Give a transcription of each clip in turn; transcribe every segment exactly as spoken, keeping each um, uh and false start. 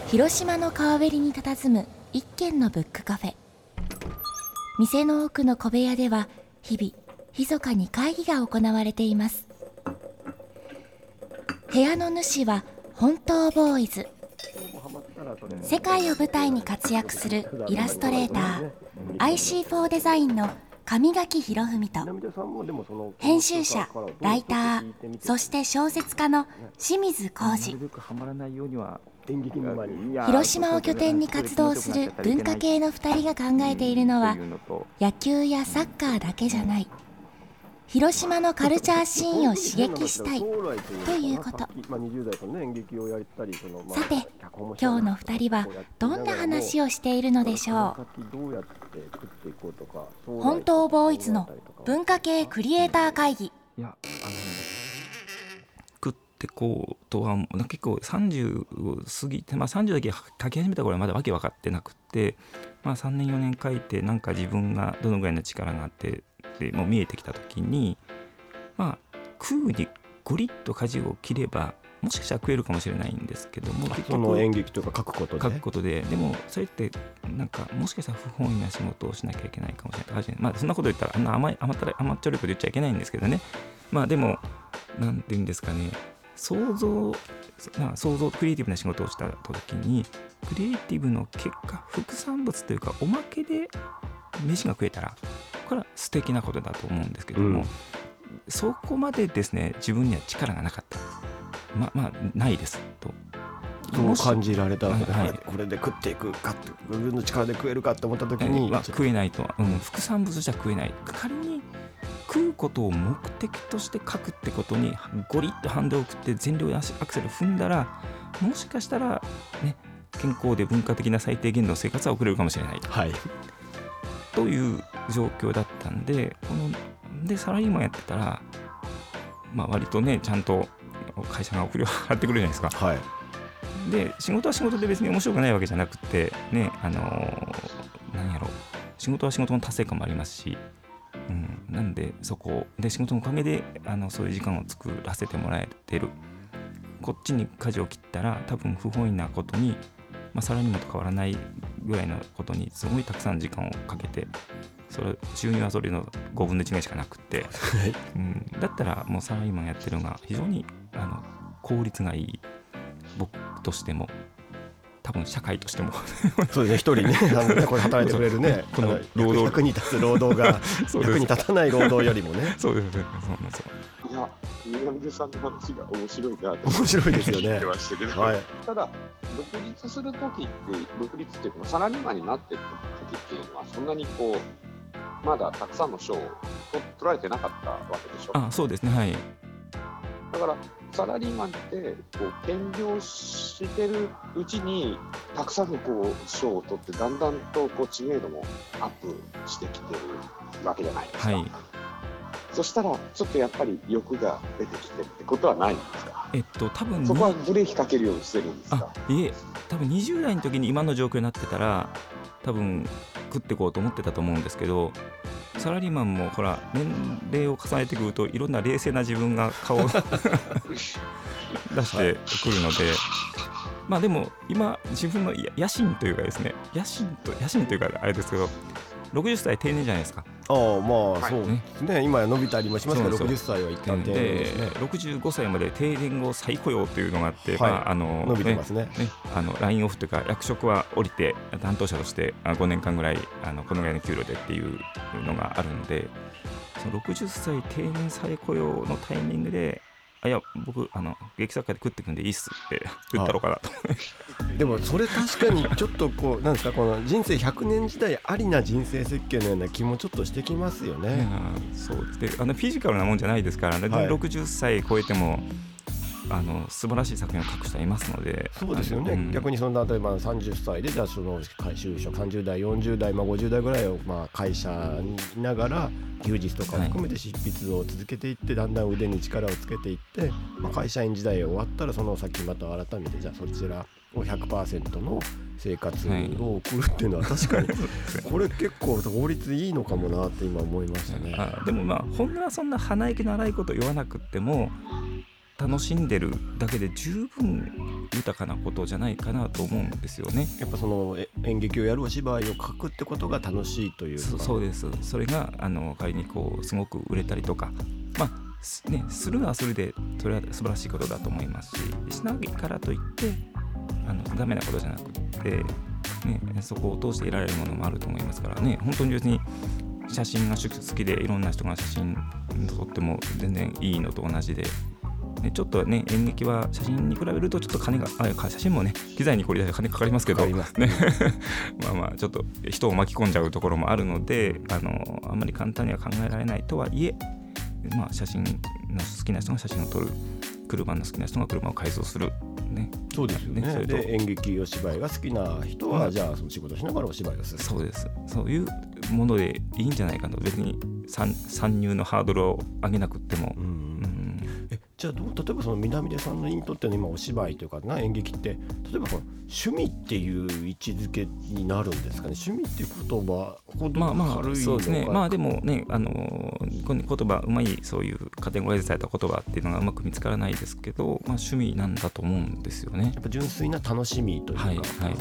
広島の川べりに佇む一軒のブックカフェ。店の奥の小部屋では日々密かに会議が行われています。部屋の主は本当ボーイズ。世界を舞台に活躍するイラストレーター アイシーフォー デザインの上垣博文と、編集者、ライター、そして小説家の清水浩二。広島を拠点に活動する文化系のふたりが考えているのは、野球やサッカーだけじゃない、広島のカルチャーシーンを刺激したいということ。さて、今日のふたりはどんな話をしているのでしょう。本当ボーイズの文化系クリエイター会議。 いや、あの食ってこうとは結構さんじゅう過ぎて、まあ、さんじゅうだけ書き始めた頃はまだわけ分かってなくて、まあ、さんねんよねん書いてなんか自分がどのぐらいの力があってでもう見えてきた時に、まあ空にゴリッと舵を切ればもしかしたら食えるかもしれないんですけども、結局その演劇とか書くことで書くことででもそれってなんかもしかしたら不本意な仕事をしなきゃいけないかもしれない。まあそんなこと言ったらあんな甘い甘ったら甘っちょろいこと言っちゃいけないんですけどね。まあでもなんていうんですかね、想像、まあ、想像クリエイティブな仕事をした時にクリエイティブの結果副産物というかおまけで飯が食えたらこれは素敵なことだと思うんですけども、うん、そこまでですね自分には力がなかった。ままあないですとそう感じられたわけで、 はい、 これで食っていくかって自分の力で食えるかって思った時に、 まあ、食えないと、うん、副産物じゃ食えない。仮に食うことを目的として書くってことにゴリッとハンドを送って全量アクセル踏んだらもしかしたら、ね、健康で文化的な最低限の生活は送れるかもしれない、はい、という状況だったんで、このでサラリーマンやってたら、まあ、割とねちゃんと会社が送りを払ってくるじゃないですか、はい、で仕事は仕事で別に面白くないわけじゃなくてね、あのー、何やろ仕事は仕事の達成感もありますし、うん、なんでそこで仕事のおかげであのそういう時間を作らせてもらえてる。こっちに舵を切ったら多分不本意なことに、まあ、サラリーマンと変わらないぐらいのことにすごいたくさん時間をかけて、それ収入はそれのごぶんのいちぐらいしかなくて、うん、だったらもうサラリーマンやってるのが非常にあの効率がいい。僕としても多分社会としてもそうですね、一人ねあのねこれ働いてくれるねこの労働役に立つ労働が役に立たない労働よりもねそうですね、そうなんですよ。 いや、宮出さんの話が面白いなと面白いですよね聞いてましたけど、はい、ただ独立するときって独立っていうかサラリーマンになってるときっていうのはそんなにこうまだたくさんの賞を取られてなかったわけでしょ。 あ、そうですね、はい。 だからサラリーマンってこう兼業してるうちにたくさんのこう賞を取ってだんだんとこう知名度もアップしてきてるわけじゃないですか、はい、そしたらちょっとやっぱり欲が出てきてるってことはないんですか。 えっと多分そこはブレーキかけるようにしてるんですか。 あ、いえ、多分にじゅう代の時に今の状況になってたら多分食っていこうと思ってたと思うんですけど、サラリーマンもほら年齢を重ねてくるといろんな冷静な自分が顔を出してくるので、まあでも今自分の野心というかですね、野心と野心というかあれですけどろくじゅっさい定年じゃないですか。 ああ、まあそうですね、今や伸びたりもしますけどろくじゅっさいは一旦定年ですね。 でろくじゅうごさいまで定年後再雇用というのがあって、 はい、 まああの伸びてますね。 ね、あのラインオフというか役職は降りて担当者としてごねんかんぐらいあのこのぐらいの給料でっていうのがあるんで、そのろくじゅっさい定年再雇用のタイミングで、あ、いや僕あの劇作家で食ってくんでいいっすって言ったろうかなと。 でもそれ確かにちょっとこうなんですか、この人生ひゃくねん時代ありな人生設計のような気もちょっとしてきますよね。 そうです。で、あのフィジカルなもんじゃないですからね、はい、ろくじゅっさい超えてもあの素晴らしい作品を書く人はいますので。 そうですよね、うん、逆にその例えばさんじゅっさいでじゃあその就職さんじゅう代よんじゅう代、まあ、ごじゅう代ぐらいをまあ会社にいながら休日とかを含めて執筆を続けていって、はい、だんだん腕に力をつけていって、まあ、会社員時代終わったらその先また改めてじゃあそちらを ひゃくパーセント の生活を送るっていうのは確かにこれ結構法律いいのかもなって今思いましたね。 あ、でもまあ本音はそんな鼻息の荒いこと言わなくっても、 楽しんでるだけで十分豊かなことじゃないかなと思うんですよね。 やっぱその演劇をやるお芝居を書くってことが楽しいというか。 そ, そうです。それがあの仮にこうすごく売れたりとか、まあね、するのはそれでそれは素晴らしいことだと思いますし、しないからといってあのダメなことじゃなくて、ね、そこを通して得られるものもあると思いますからね。本当に別に写真が好きでいろんな人が写真撮っても全然いいのと同じで、ね、ちょっとね演劇は写真に比べるとちょっと金があ写真もね機材にこれ金かかりますけど、ね、まあまあちょっと人を巻き込んじゃうところもあるので、あのあんまり簡単には考えられないとはいえ、まあ、写真の好きな人が写真を撮る、車の好きな人が車を改造する、ね、 そうですよね。 ねで演劇お芝居が好きな人は、うん、じゃあその仕事しながらお芝居をする。 そうです。そういうものでいいんじゃないかと。別に 参, 参入のハードルを上げなくっても、うんうん、 えじゃあどう例えばその南出さんのにとっての今お芝居というかな演劇って例えばこの趣味っていう位置づけになるんですかね。趣味っていう言葉ほど軽いのか、 まあまあそうですね。まあでもね、あのこの言葉うまいそういうカテゴライズされた言葉っていうのがうまく見つからないですけど、まあ、趣味なんだと思うんですよね。 やっぱ純粋な楽しみというか、 はいはい、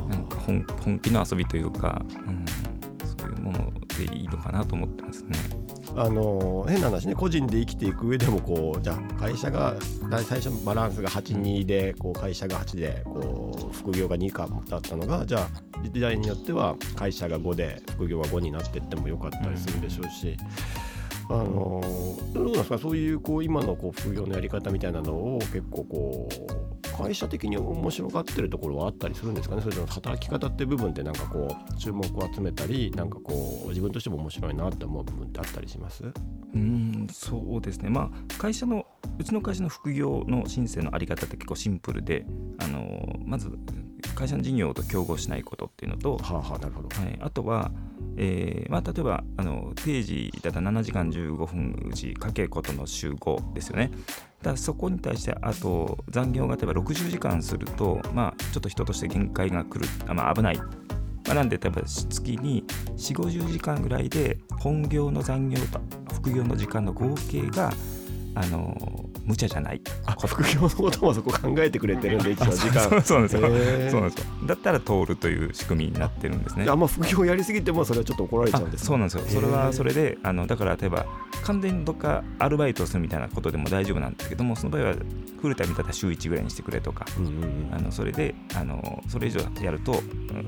なんか 本, 本気の遊びというか、うん、そういうものでいいのかなと思ってますね。 あの変な話ね、個人で生きていく上でもこうじゃあ会社が最初バランスがはちにでこう会社がはちでこう副業がにかだったのが、じゃあ時代によっては会社がごで副業がごになっていってもよかったりするでしょうし、あのどうなんですか、そういうこう今のこう副業のやり方みたいなのを結構こう会社的に面白がってるところはあったりするんですかね。それとも働き方って部分でなんかこう注目を集めたり、なんかこう自分としても面白いなって思う部分ってあったりします？ うーんそうですね。まあ会社のうちの会社の副業の申請のあり方って結構シンプルで、あのまず会社の事業と競合しないことっていうのと、 はあはあ、なるほど、 はい、あとは、えーまあ、例えばあの定時だったらななじかんじゅうごふんうちかけることの週ごですよね。だからそこに対してあと残業が例えばろくじゅうじかんすると、まあ、ちょっと人として限界が来る、あ、まあ、危ない、まあ、なんで例えば月によんじゅうごじゅうじかんぐらいで本業の残業と副業の時間の合計があの無茶じゃない。 あ、副業のこともそこ考えてくれてるんで、一応時間そうそうなんですよ。そうなんですよ。だったら通るという仕組みになってるんですね。 あんま副業やりすぎてもそれはちょっと怒られちゃうんです、ね、 そうなんですよ。それはそれであのだから例えば完全にどっかアルバイトをするみたいなことでも大丈夫なんですけども、その場合はフルタイムだったら週いちぐらいにしてくれとか、うんうんうん、あのそれであのそれ以上やると、うん、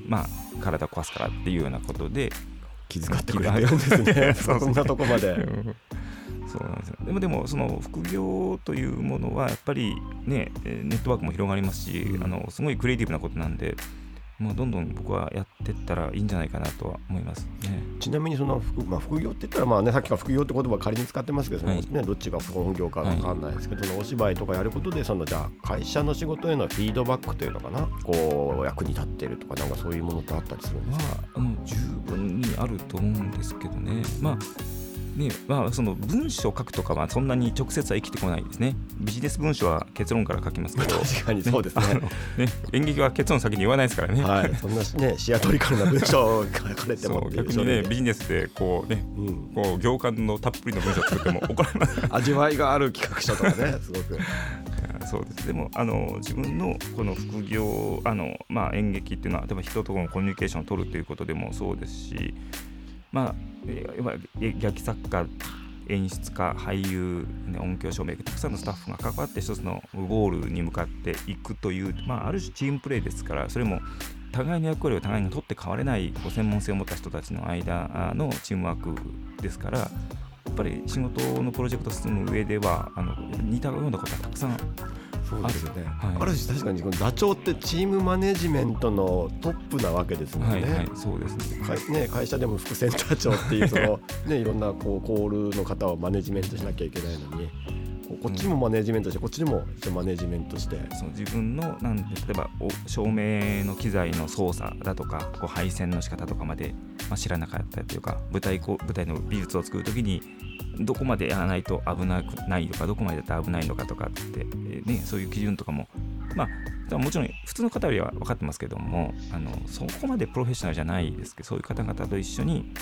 まあ体壊すからっていうようなことで気遣ってくれてるんですね。そんなとこまで。 そうなんですよ。でもでもその副業というものはやっぱりねネットワークも広がりますし、うん、あのすごいクリエイティブなことなんで、もうどんどん僕はやっていったらいいんじゃないかなとは思いますね。 ちなみにその、まあ、副業って言ったら、まあね、さっきから副業って言葉を仮に使ってますけど、はいね、どっちが本業か分かんないですけど、はい、そのお芝居とかやることでそのじゃあ会社の仕事へのフィードバックというのかな、こう役に立っているとか、なんかそういうものってあったりするんですか？ まあ、あの十分にあると思うんですけどね。まあねまあ、その文章を書くとかはそんなに直接は生きてこないですね。ビジネス文書は結論から書きますけど確かにそうですね。 ねね演劇は結論先に言わないですからね、 はい、そんな、ね、シアトリカルな文章を書かれてもそう逆にねビジネスでこう、ねうん、こう行間のたっぷりの文章を作っても怒られます味わいがある企画書とかねすごくそうです。でもあの自分のこの副業あの、まあ、演劇っていうのは例えば人とのコミュニケーションを取るということでもそうですし、まあ、劇作家、演出家、俳優、ね、音響照明、たくさんのスタッフが関わって一つのゴールに向かっていくという、まあ、ある種チームプレーですから、それも互いの役割を互いに取って変われないこう専門性を持った人たちの間のチームワークですから、やっぱり仕事のプロジェクトを進む上ではあの似たようなことはたくさんそうですよね、はい、ある種確かにこの座長ってチームマネジメントのトップなわけですもんね。 はいはい、そうですね。 会, ね会社でも副センター長っていうその、ね、いろんなこうコールの方をマネジメントしなきゃいけないのに、こっちもマネジメントして、こっちにもマネジメントして、 その自分のなん例えば照明の機材の操作だとかこう配線の仕方とかまで、まあ、知らなかったりというか、舞台こう舞台の美術を作るときにどこまでやらないと危なくないのか、どこまでやったら危ないのかとかって、ね、そういう基準とかも、まあ、もちろん普通の方よりは分かってますけども、あのそこまでプロフェッショナルじゃないですけど、そういう方々と一緒に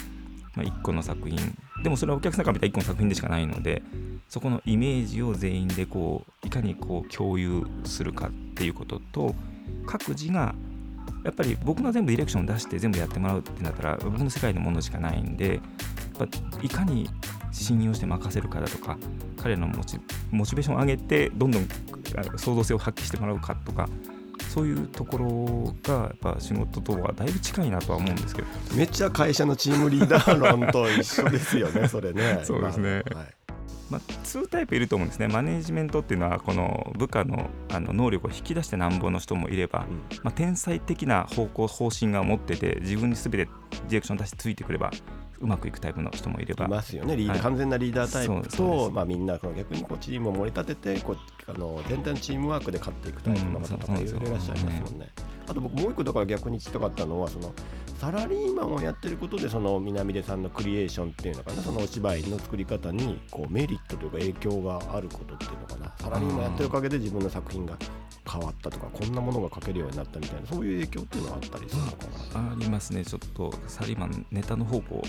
まあ、いっこの作品でもそれはお客さんから見たらいっこの作品でしかないので、そこのイメージを全員でこういかにこう共有するかっていうことと、各自がやっぱり僕が全部ディレクション出して全部やってもらうってなったら僕の世界のものしかないんで、やっぱいかに信用して任せるかだとか、彼らのモチ、モチベーションを上げてどんどん創造性を発揮してもらうかとか、そういうところがやっぱ仕事とはだいぶ近いなとは思うんですけど、 めっちゃ会社のチームリーダー論と一緒ですよねそれね。 そうですね、 まあはい、 まあ、にタイプいると思うんですね。マネージメントっていうのはこの部下 の, あの能力を引き出してなんぼの人もいれば、うんまあ、天才的な方向方針が持ってて自分に全てディレクション出してついてくればうまくいくタイプの人もいればいますよね。リーダー、はい、完全なリーダータイプと、まあ、みんなこの逆にこうチームを盛り立ててこうあの全体のチームワークで勝っていくタイプの方とかいろいろいらっしゃいますもんね。あと僕もう一個だから逆に聞きたかったのは、そのサラリーマンをやってることでその南出さんのクリエーションっていうのかな、そのお芝居の作り方にこうメリットというか影響があることっていうのかな、サラリーマンやってるおかげで自分の作品が変わったとか、こんなものが書けるようになったみたいな、そういう影響っていうのはあったりするのかな。 ありますね。ちょっとサラリーマンネタの方向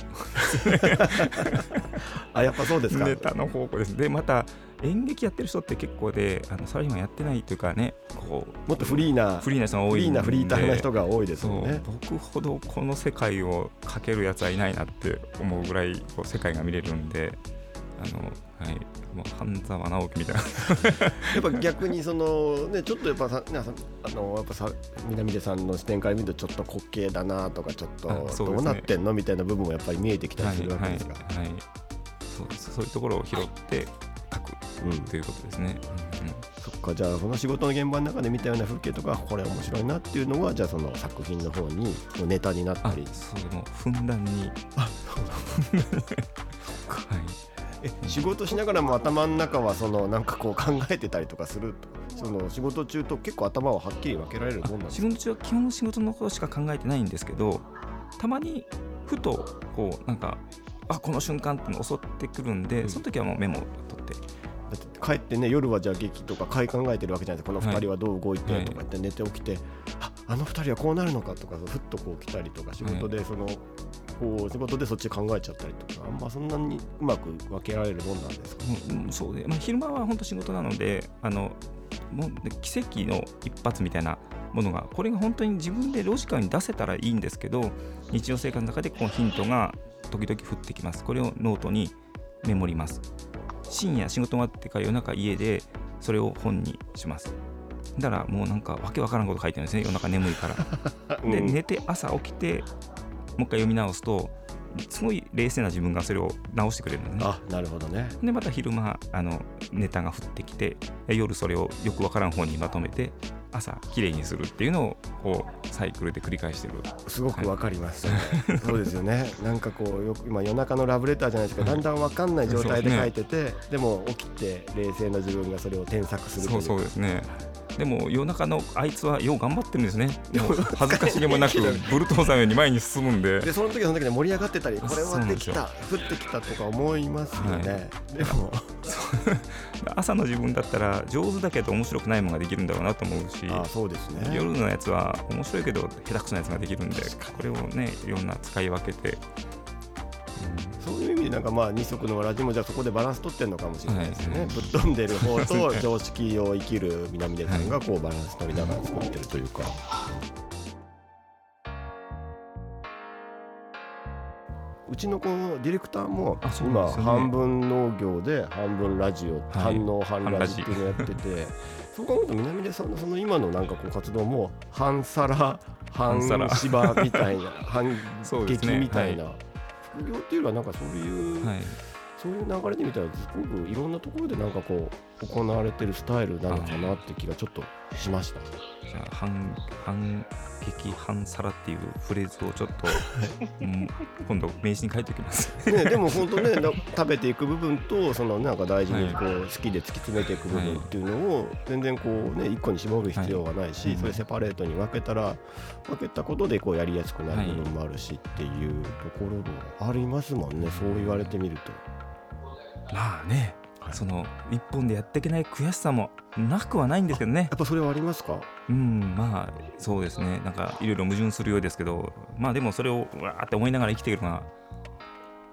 あ、やっぱそうですか。 ネタの方向です。でまた演劇やってる人って結構で、あのサラリーマンやってないというかね、こうもっとフリーなフリーな人が多いんで、 フリーなフリーターな人が多いですよね。 僕ほどこの世界を描けるやつはいないなって思うぐらいこう世界が見れるんで、あの、はい、もう半沢直樹みたいなやっぱ逆にその、ね、ちょっとやっぱさあのやっぱさ南出さんの視点から見るとちょっと滑稽だなとか、ちょっとどうなってんのみたいな部分もやっぱり見えてきたりするわけですが、 はいはいはい、そうです。そういうところを拾って書く、うん、ということですね、うんうん、 そっか。じゃあその仕事の現場の中で見たような風景とか、これ面白いなっていうのがじゃあその作品の方にネタになったり、 そのふんだんにあそうだはいえ仕事しながらも頭の中はそのなんかこう考えてたりとかすると、その仕事中と結構頭をはっきり分けられるもんなんですか。 仕事中は基本仕事のことしか考えてないんですけど、たまにふとこうなんかあこの瞬間っての襲ってくるんで、うん、その時はもうメモを取って、 だって帰ってね、夜はじゃあ劇とか考えてるわけじゃないですか。このふたりはどう動いてとか言って寝て起きて、はいはい、あ, あのふたりはこうなるのかとかふっとこう来たりとか、仕事でその、はい、こう仕事でそっち考えちゃったりとか、あんまそんなにうまく分けられるもんなんですか。 うん、そうで、まあ、昼間は本当仕事なので、あのもう奇跡の一発みたいなものが、これが本当に自分でロジカルに出せたらいいんですけど、日常生活の中でこのヒントが時々降ってきます。これをノートにメモります。深夜仕事終わってから夜中家でそれを本にします。だからもうなんかわけわからんこと書いてるんですね、夜中眠いから、うん、で寝て朝起きてもう一回読み直すとすごい冷静な自分がそれを直してくれるのね。 あ、なるほどね。 でまた昼間あのネタが降ってきて、夜それをよくわからん本にまとめて朝きれいにするっていうのをこうサイクルで繰り返してる。 すごくわかります、ね、はい、そうですよね。なんかこうよく今夜中のラブレターじゃないですか、だんだんわかんない状態で書いてて、 で, ね、でも起きて冷静な自分がそれを添削するという。 そうそうですね。でも夜中のあいつはよう頑張ってるんですね。でも恥ずかしげもなくブルトーザーのように前に進むんで、 でその時はその時で盛り上がってたり、これはできた降ってきたとか思いますよね、はい、でも朝の自分だったら上手だけど面白くないものができるんだろうなと思うし、 あ、そうですね、 夜のやつは面白いけど下手くそなやつができるんで、これをねいろんな使い分けて、 そういう意味でなんかまあ二足のわらじもじゃあそこでバランス取ってるのかもしれないですね、はい、ぶっ飛んでる方と常識を生きる南出さんがこうバランス取りながら作ってるというか、うちのこのディレクターも今半分農業で半分ラジオ、半農半ラジっていうのをやってて、そう考えると南出さんのその今のなんかこう活動も半皿半芝みたいな半劇みたいな副業っていうのはなんかそういう、はい、そういう流れで見たらすごくいろんなところでなんかこう行われてるスタイルなのかなって気がちょっとしました。 じゃあ半半劇半皿っていうフレーズをちょっと、うん、今度名刺に書いておきますね。でも本当ね食べていく部分とそのなんか大事にこう、はい、好きで突き詰めていく部分っていうのを全然こうね一個に絞る必要はないし、はい、それセパレートに分けたら分けたことでこうやりやすくなる部分もあるしっていうところがありますもんね、そう言われてみると。 まあね、はい、その一本でやっていけない悔しさもなくはないんですけどね。 やっぱそれはありますか。 うん、まあそうですね。なんかいろいろ矛盾するようですけど、まあでもそれをわーって思いながら生きているのが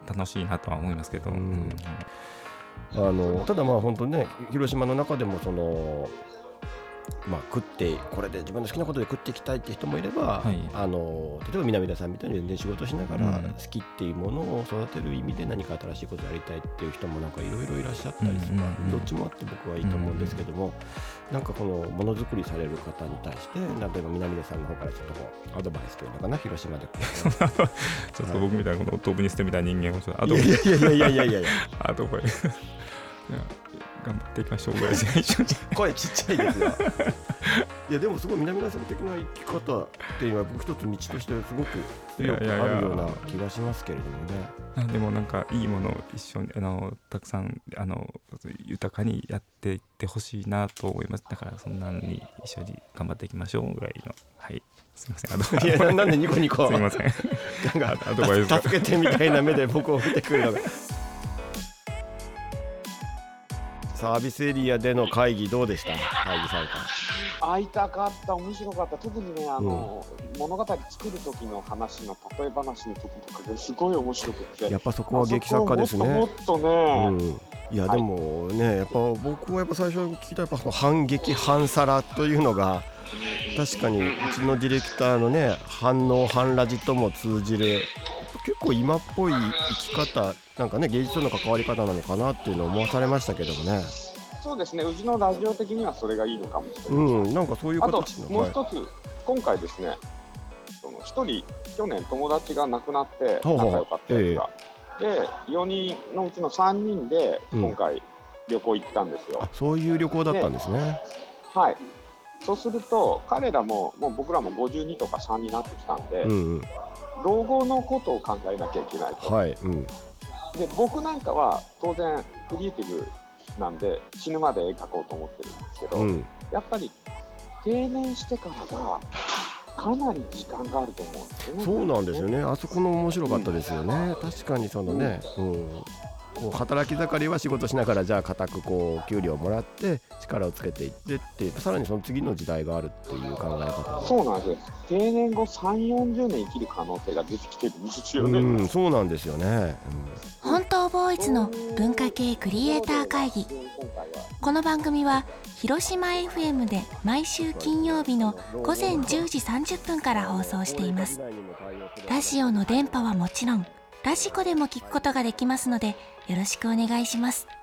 楽しいなとは思いますけど、うんうん、あのただまあ本当ね広島の中でもそのまあ、食ってこれで自分の好きなことで食っていきたいって人もいれば、はい、あの例えば南田さんみたいに全然仕事しながら好きっていうものを育てる意味で何か新しいことをやりたいっていう人もなんかいろいろいらっしゃったりとか、うんうんうん、どっちもあって僕はいいと思うんですけども、うんうん、なんかこのものづくりされる方に対して例えば南田さんの方からちょっとこうアドバイスというのかな広島でちょっと僕みたいなこの飛ぶに捨てみたいな人間をちょっとアドバイスいやいやいやいやいやいやアドバイス頑張っていきましょうぐらいじゃない声ちっちゃいですよいやでもすごい南田さん的な生き方っていうのは僕一つ道としてすごく強くあるような気がしますけれどもね。 でもなんかいいものを一緒にあのたくさんあの豊かにやっていってほしいなと思います。だからそんなに一緒に頑張っていきましょうぐらいの、はいすいませんあいやなんでニコニコすいませんなんかアドバイス助けてみたいな目で僕を見てくるのがサービスエリアでの会議どうでした？会議参加。 会いたかった、面白かった。特にねあの、うん、物語作る時の話の例え話の時とかですごい面白くて。 やっぱそこは劇作家ですね。 もっともっとね。うん、 いやでもね、はい、やっぱ僕はやっぱ最初聞いたやっぱ反撃反皿というのが確かにうちのディレクターのね反応反ラジとも通じる結構今っぽい生き方なんかね芸術との関わり方なのかなっていうのを思わされましたけどもね。 そうですね、うちのラジオ的にはそれがいいのかもしれない、 うん、なんかそういう形のあともう一つ、はい、今回ですねその一人去年友達が亡くなって仲良かったやつが、えー、でよにんのうちのさんにんで今回旅行行ったんですよ、うん、あそういう旅行だったんですね。 はい、そうすると彼らももう僕らもごじゅうにとかさんになってきたんで、うんうん、老後のことを考えなきゃいけないと、 はいうん、 で僕なんかは当然クリエイティブなんで死ぬまで絵描こうと思ってるんですけど、うん、やっぱり定年してからがかなり時間があると思うんですよね。 そうなんですよね。あそこの面白かったですよね、うん、確かにそのね、うんうん、こう働き盛りは仕事しながらじゃあ固くこう給料をもらって力をつけていってってさらにその次の時代があるっていう考え方。 そうなんですよ。定年後さんじゅうよんじゅうねん生きる可能性が出てきてるんですよね。 うん、そうなんですよね、 うん、本当ボーイズの文化系クリエイター会議。この番組は広島 エフエム で毎週金曜日のごぜんじゅうじさんじゅっぷんから放送しています。ラジオの電波はもちろんラジコでも聞くことができますのでよろしくお願いします。